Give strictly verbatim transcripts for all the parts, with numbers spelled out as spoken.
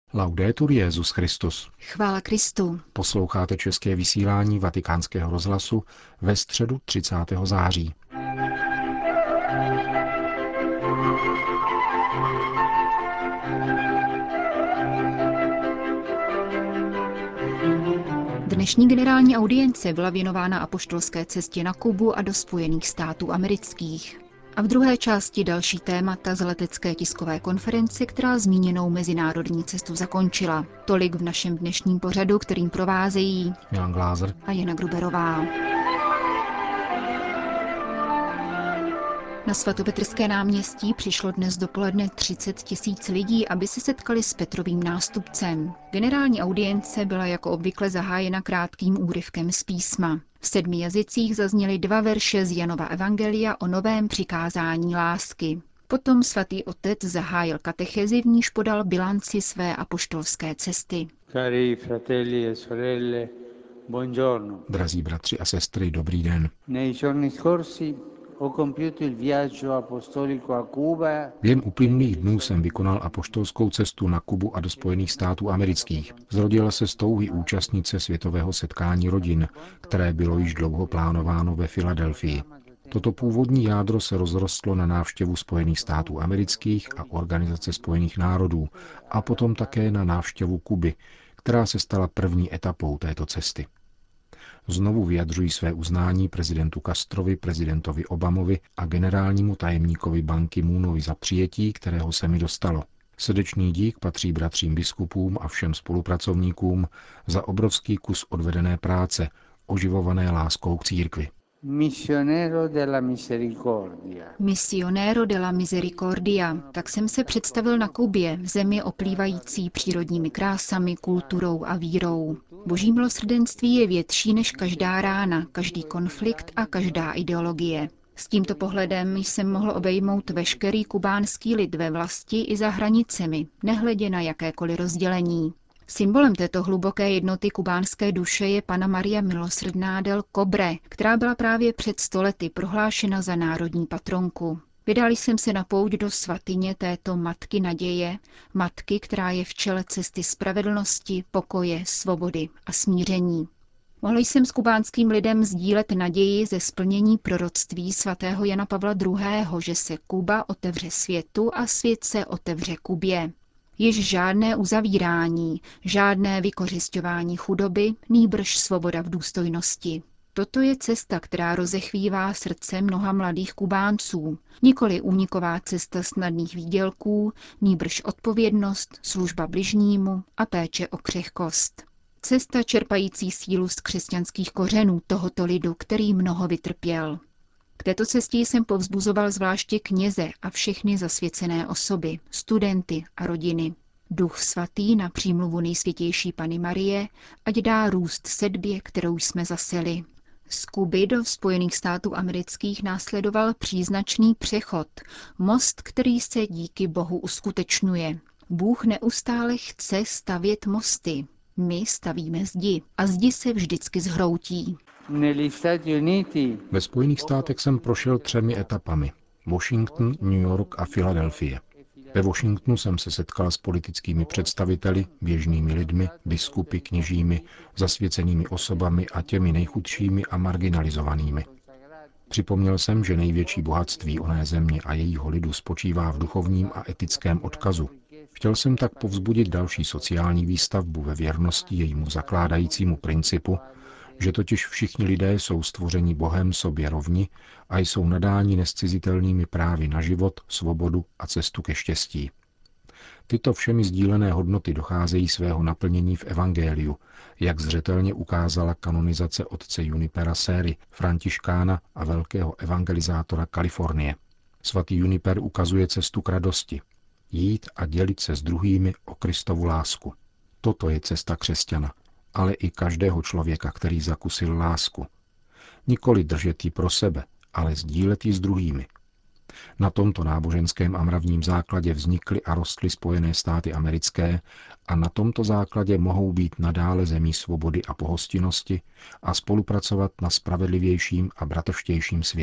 Laudetur Jesus Christus. Chvála Kristu. Posloucháte české vysílání Vatikánského rozhlasu ve středu třicátého září. Dnešní generální audience byla věnována apoštolské cestě na Kubu a do Spojených států amerických. A v druhé části další témata z letecké tiskové konference, která zmíněnou mezinárodní cestu zakončila. Tolik v našem dnešním pořadu, kterým provázejí Milan Glázer a Jana Gruberová. Na svatopetrské náměstí přišlo dnes dopoledne třicet tisíc lidí, aby se setkali s Petrovým nástupcem. Generální audience byla jako obvykle zahájena krátkým úryvkem z písma. V sedmi jazycích zazněly dva verše z Janova evangelia o novém přikázání lásky. Potom svatý otec zahájil katechezi, v níž podal bilanci své apoštolské cesty. Cari fratelli e sorelle, buongiorno. Drazí bratři a sestry, dobrý den. Nei giorni scorsi ho compiuto il viaggio apostolico a Cuba. Během uplynulých dnů jsem vykonal apoštolskou cestu na Kubu a do Spojených států amerických. Zrodila se z touhy účastnice světového setkání rodin, které bylo již dlouho plánováno ve Filadelfii. Toto původní jádro se rozrostlo na návštěvu Spojených států amerických a Organizace spojených národů a potom také na návštěvu Kuby, která se stala první etapou této cesty. Znovu vyjadřují své uznání prezidentu Castrovi, prezidentovi Obamovi a generálnímu tajemníkovi Ban Ki-moonovi za přijetí, kterého se mi dostalo. Srdečný dík patří bratřím biskupům a všem spolupracovníkům za obrovský kus odvedené práce, oživované láskou k církvi. Missionero della misericordia. Missionero della misericordia, tak jsem se představil na Kubě, v zemi oplývající přírodními krásami, kulturou a vírou. Boží milosrdenství je větší než každá rána, každý konflikt a každá ideologie. S tímto pohledem jsem mohl obejmout veškerý kubánský lid ve vlasti i za hranicemi, nehledě na jakékoliv rozdělení. Symbolem této hluboké jednoty kubánské duše je Panna Maria Milosrdná del Cobre, která byla právě před sto lety prohlášena za národní patronku. Vydal jsem se na pouť do svatyně této matky naděje, matky, která je v čele cesty spravedlnosti, pokoje, svobody a smíření. Mohl jsem s kubánským lidem sdílet naději ze splnění proroctví svatého Jana Pavla druhého., že se Kuba otevře světu a svět se otevře Kubě. Již žádné uzavírání, žádné vykořisťování chudoby, nýbrž svoboda v důstojnosti. Toto je cesta, která rozechvívá srdce mnoha mladých Kubánců. Nikoli úniková cesta snadných výdělků, nýbrž odpovědnost, služba bližnímu a péče o křehkost. Cesta čerpající sílu z křesťanských kořenů tohoto lidu, který mnoho vytrpěl. K této cestě jsem povzbuzoval zvláště kněze a všechny zasvěcené osoby, studenty a rodiny. Duch svatý na přímluvu nejsvětější Panny Marie, ať dá růst sedbě, kterou jsme zaseli. Z Kuby do Spojených států amerických následoval příznačný přechod, most, který se díky Bohu uskutečňuje. Bůh neustále chce stavět mosty. My stavíme zdi a zdi se vždycky zhroutí. Ve Spojených státech jsem prošel třemi etapami. Washington, New York a Filadelfie. Ve Washingtonu jsem se setkal s politickými představiteli, běžnými lidmi, biskupy, kněžími, zasvěcenými osobami a těmi nejchudšími a marginalizovanými. Připomněl jsem, že největší bohatství oné země a jejího lidu spočívá v duchovním a etickém odkazu. Chtěl jsem tak povzbudit další sociální výstavbu ve věrnosti jejímu zakládajícímu principu, že totiž všichni lidé jsou stvořeni Bohem sobě rovni a jsou nadáni nescizitelnými právy na život, svobodu a cestu ke štěstí. Tyto všemi sdílené hodnoty docházejí svého naplnění v evangeliu, jak zřetelně ukázala kanonizace otce Junipera Serry, františkána a velkého evangelizátora Kalifornie. Svatý Juniper ukazuje cestu k radosti. Jít a dělit se s druhými o Kristovu lásku. Toto je cesta křesťana, ale i každého člověka, který zakusil lásku. Nikoli držet ji pro sebe, ale sdílet ji s druhými. Na tomto náboženském a mravním základě vznikly a rostly Spojené státy americké a na tomto základě mohou být nadále zemí svobody a pohostinnosti a spolupracovat na spravedlivějším a bratrštějším světě.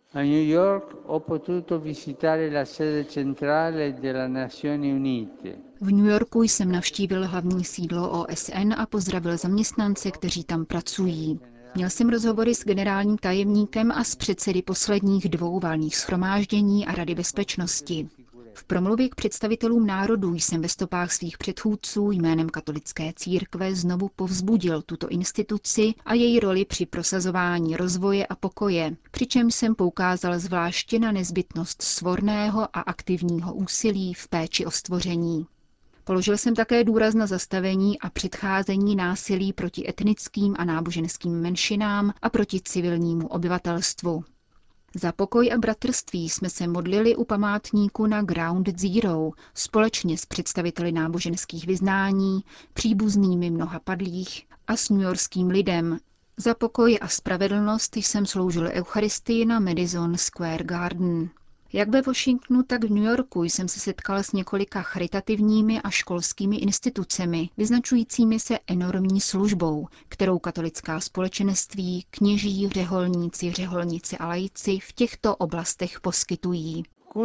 A New York ho potuto visitare la sede centrale delle Nazioni Unite. V New Yorku jsem navštívil hlavní sídlo O S N a pozdravil zaměstnance, kteří tam pracují. Měl jsem rozhovory s generálním tajemníkem a s předsedy posledních dvou valných shromáždění a Rady bezpečnosti. V promluvě k představitelům národů jsem ve stopách svých předchůdců jménem katolické církve znovu povzbudil tuto instituci a její roli při prosazování rozvoje a pokoje, přičemž jsem poukázal zvláště na nezbytnost svorného a aktivního úsilí v péči o stvoření. Položil jsem také důraz na zastavení a předcházení násilí proti etnickým a náboženským menšinám a proti civilnímu obyvatelstvu. Za pokoj a bratrství jsme se modlili u památníku na Ground Zero společně s představiteli náboženských vyznání, příbuznými mnoha padlých a s newyorským lidem. Za pokoj a spravedlnost jsem sloužil eucharistii na Madison Square Garden. Jak ve Washingtonu, tak v New Yorku jsem se setkal s několika charitativními a školskými institucemi, vyznačujícími se enormní službou, kterou katolická společenství, kněží, řeholníci, řeholnice a laici v těchto oblastech poskytují.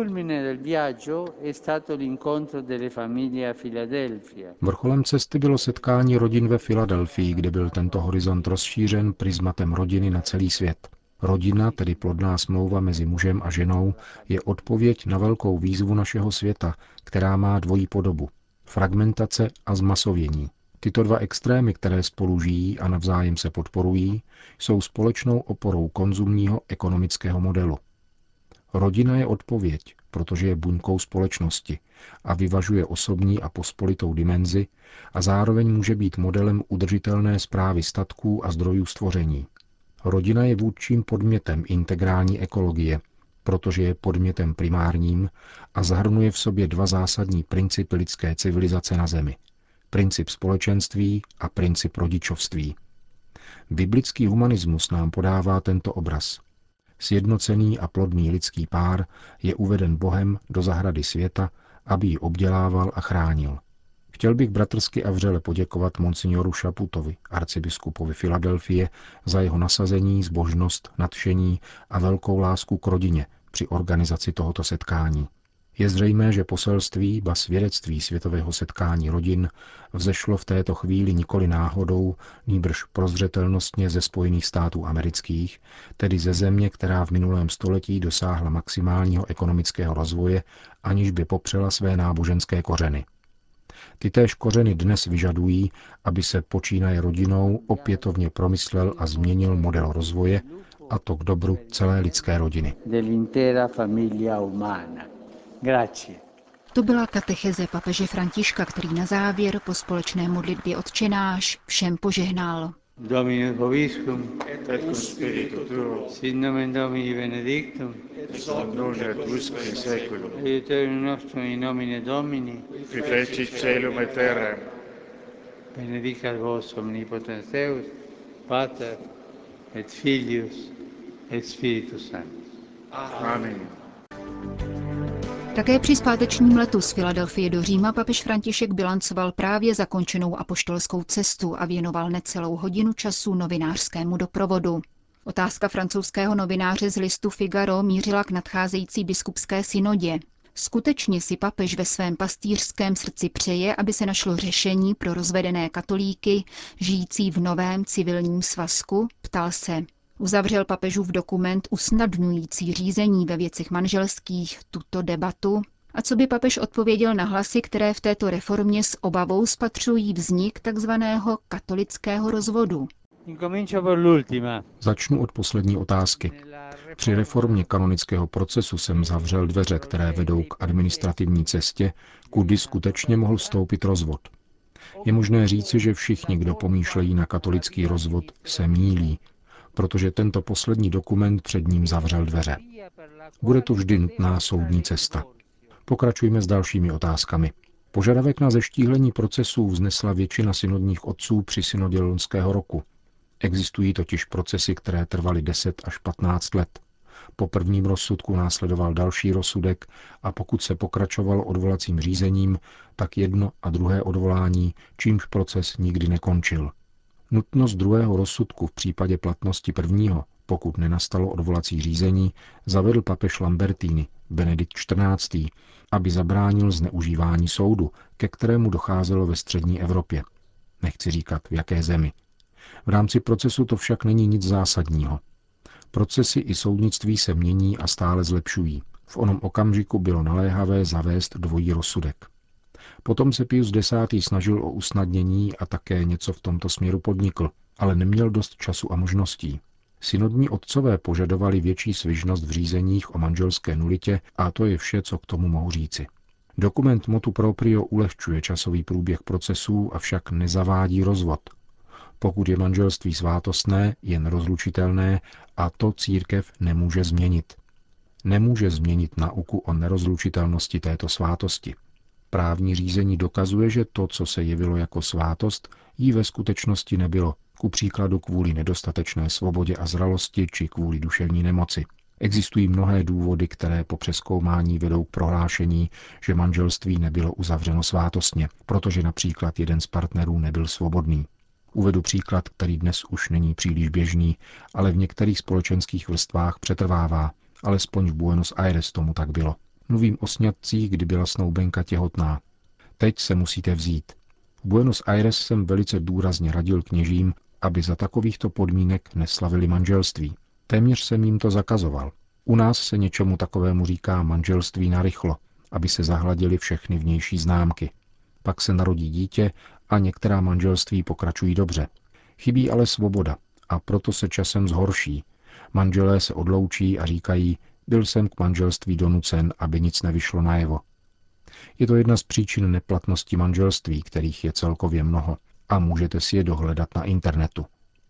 Vrcholem cesty bylo setkání rodin ve Filadelfii, kde byl tento horizont rozšířen prismatem rodiny na celý svět. Rodina, tedy plodná smlouva mezi mužem a ženou, je odpověď na velkou výzvu našeho světa, která má dvojí podobu – fragmentace a zmasovění. Tyto dva extrémy, které spolu žijí a navzájem se podporují, jsou společnou oporou konzumního ekonomického modelu. Rodina je odpověď, protože je buňkou společnosti a vyvažuje osobní a pospolitou dimenzi a zároveň může být modelem udržitelné správy statků a zdrojů stvoření. Rodina je vůdčím podmětem integrální ekologie, protože je podmětem primárním a zahrnuje v sobě dva zásadní principy lidské civilizace na Zemi. Princip společenství a princip rodičovství. Biblický humanismus nám podává tento obraz. Sjednocený a plodný lidský pár je uveden Bohem do zahrady světa, aby ji obdělával a chránil. Chtěl bych bratrsky a vřele poděkovat monsignoru Chaputovi, arcibiskupovi Filadelfie, za jeho nasazení, zbožnost, nadšení a velkou lásku k rodině při organizaci tohoto setkání. Je zřejmé, že poselství, ba svědectví světového setkání rodin vzešlo v této chvíli nikoli náhodou, nýbrž prozřetelnostně ze Spojených států amerických, tedy ze země, která v minulém století dosáhla maximálního ekonomického rozvoje, aniž by popřela své náboženské kořeny. Tytéž kořeny dnes vyžadují, aby se počínaje rodinou opětovně promyslel a změnil model rozvoje, a to k dobru celé lidské rodiny. To byla katecheze papeže Františka, který na závěr po společné modlitbě Otčenáš všem požehnal. Dominus vobiscum, et cum spiritu tuo, sit nomen Domini benedictum, ex hoc nunc et usque in saeculum, aiuterium nostrum in nomine Domini, qui fecit caelum et terram, benedicat vos omnipotens Deus, Pater et Filius et Spiritus Sanctus. Amen. Také při zpátečním letu z Filadelfie do Říma papež František bilancoval právě zakončenou apoštolskou cestu a věnoval necelou hodinu času novinářskému doprovodu. Otázka francouzského novináře z listu Figaro mířila k nadcházející biskupské synodě. Skutečně si papež ve svém pastýřském srdci přeje, aby se našlo řešení pro rozvedené katolíky, žijící v novém civilním svazku? Ptal se. Uzavřel papežův dokument usnadňující řízení ve věcech manželských tuto debatu? A co by papež odpověděl na hlasy, které v této reformě s obavou spatřují vznik takzvaného katolického rozvodu? Začnu od poslední otázky. Při reformě kanonického procesu jsem zavřel dveře, které vedou k administrativní cestě, kudy skutečně mohl vstoupit rozvod. Je možné říci, že všichni, kdo pomýšlejí na katolický rozvod, se mýlí, protože tento poslední dokument před ním zavřel dveře. Bude tu vždy nutná soudní cesta. Pokračujme s dalšími otázkami. Požadavek na zeštíhlení procesů vznesla většina synodních otců při synodě loňského roku. Existují totiž procesy, které trvaly deset až patnáct let. Po prvním rozsudku následoval další rozsudek a pokud se pokračovalo odvolacím řízením, tak jedno a druhé odvolání, čímž proces nikdy nekončil. Nutnost druhého rozsudku v případě platnosti prvního Pokud nenastalo odvolací řízení, zavedl papež Lambertini, Benedikt čtrnáctý, aby zabránil zneužívání soudu, ke kterému docházelo ve střední Evropě. Nechci říkat, v jaké zemi. V rámci procesu to však není nic zásadního. Procesy i soudnictví se mění a stále zlepšují. V onom okamžiku bylo naléhavé zavést dvojí rozsudek. Potom se Pius desátý snažil o usnadnění a také něco v tomto směru podnikl, ale neměl dost času a možností. Synodní otcové požadovali větší svižnost v řízeních o manželské nulitě a to je vše, co k tomu mohu říci. Dokument motu proprio ulehčuje časový průběh procesů, avšak nezavádí rozvod. Pokud je manželství svátostné, jen rozlučitelné a to církev nemůže změnit. Nemůže změnit nauku o nerozlučitelnosti této svátosti. Právní řízení dokazuje, že to, co se jevilo jako svátost, jí ve skutečnosti nebylo, ku příkladu kvůli nedostatečné svobodě a zralosti či kvůli duševní nemoci. Existují mnohé důvody, které po přezkoumání vedou k prohlášení, že manželství nebylo uzavřeno svátostně, protože například jeden z partnerů nebyl svobodný. Uvedu příklad, který dnes už není příliš běžný, ale v některých společenských vrstvách přetrvává, alespoň v Buenos Aires tomu tak bylo. Mluvím o sňatcích, kdy byla snoubenka těhotná. Teď se musíte vzít. V Buenos Aires jsem velice důrazně radil kněžím, aby za takovýchto podmínek neslavili manželství. Téměř jsem jim to zakazoval. U nás se něčemu takovému říká manželství narychlo, aby se zahladily všechny vnější známky. Pak se narodí dítě a některá manželství pokračují dobře. Chybí ale svoboda a proto se časem zhorší. Manželé se odloučí a říkají, byl jsem k manželství donucen, aby nic nevyšlo najevo. Je to jedna z příčin neplatnosti manželství, kterých je celkově mnoho a můžete si je dohledat na internetu.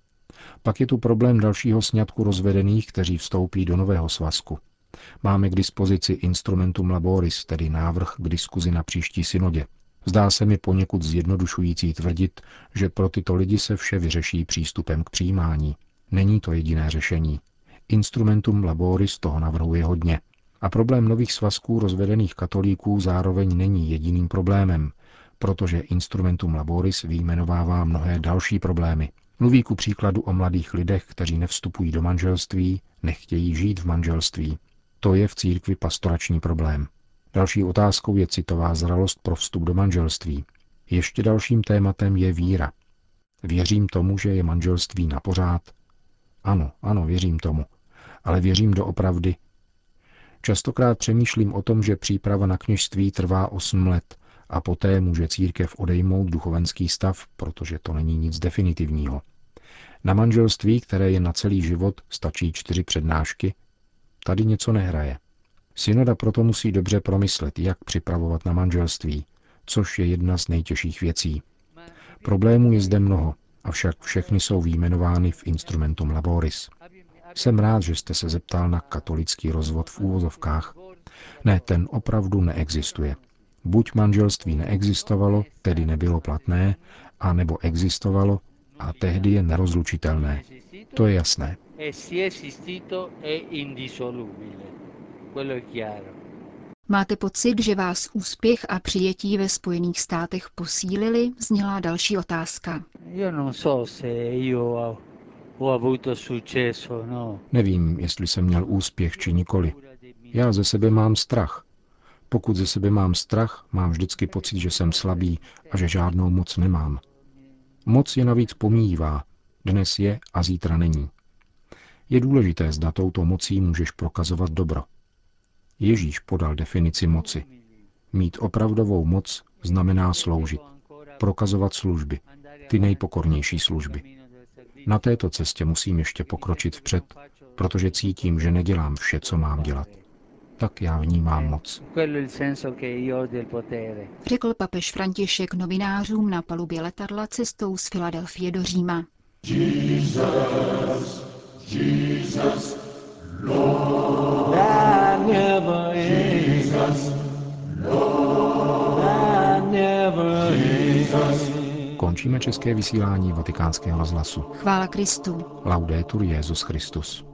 Pak je tu problém dalšího sňatku rozvedených, kteří vstoupí do nového svazku. Máme k dispozici instrumentum laboris, tedy návrh k diskuzi na příští synodě. Zdá se mi poněkud zjednodušující tvrdit, že pro tyto lidi se vše vyřeší přístupem k přijímání. Není to jediné řešení. Instrumentum laboris toho navrhuje hodně. A problém nových svazků rozvedených katolíků zároveň není jediným problémem, protože instrumentum laboris vyjmenovává mnohé další problémy. Mluví ku příkladu o mladých lidech, kteří nevstupují do manželství, nechtějí žít v manželství. To je v církvi pastorační problém. Další otázkou je citová zralost pro vstup do manželství. Ještě dalším tématem je víra. Věřím tomu, že je manželství na pořád? Ano, ano, věřím tomu. Ale věřím doopravdy. Častokrát přemýšlím o tom, že příprava na kněžství trvá osm let a poté může církev odejmout duchovenský stav, protože to není nic definitivního. Na manželství, které je na celý život, stačí čtyři přednášky. Tady něco nehraje. Synoda proto musí dobře promyslet, jak připravovat na manželství, což je jedna z nejtěžších věcí. Problémů je zde mnoho, avšak všechny jsou vyjmenovány v instrumentum laboris. Jsem rád, že jste se zeptal na katolický rozvod v úvozovkách. Ne, ten opravdu neexistuje. Buď manželství neexistovalo, tedy nebylo platné, a nebo existovalo a tehdy je nerozlučitelné. To je jasné. Máte pocit, že vás úspěch a přijetí ve Spojených státech posílili? Zněla další otázka. Nevím, jestli jsem měl úspěch či nikoli. Já ze sebe mám strach. Pokud ze sebe mám strach, mám vždycky pocit, že jsem slabý a že žádnou moc nemám. Moc je navíc pomíjivá. Dnes je a zítra není. Je důležité, zda touto mocí můžeš prokazovat dobro. Ježíš podal definici moci. Mít opravdovou moc znamená sloužit. Prokazovat služby. Ty nejpokornější služby. Na této cestě musím ještě pokročit vpřed, protože cítím, že nedělám vše, co mám dělat. Tak já vnímám moc. Řekl papež František novinářům na palubě letadla cestou z Filadelfie do Říma. Jesus, Jesus, Lord, I never Jesus, Lord, I never Jesus. Končíme české vysílání Vatikánského rozhlasu. Chvála Kristu. Laudetur Jesus Christus.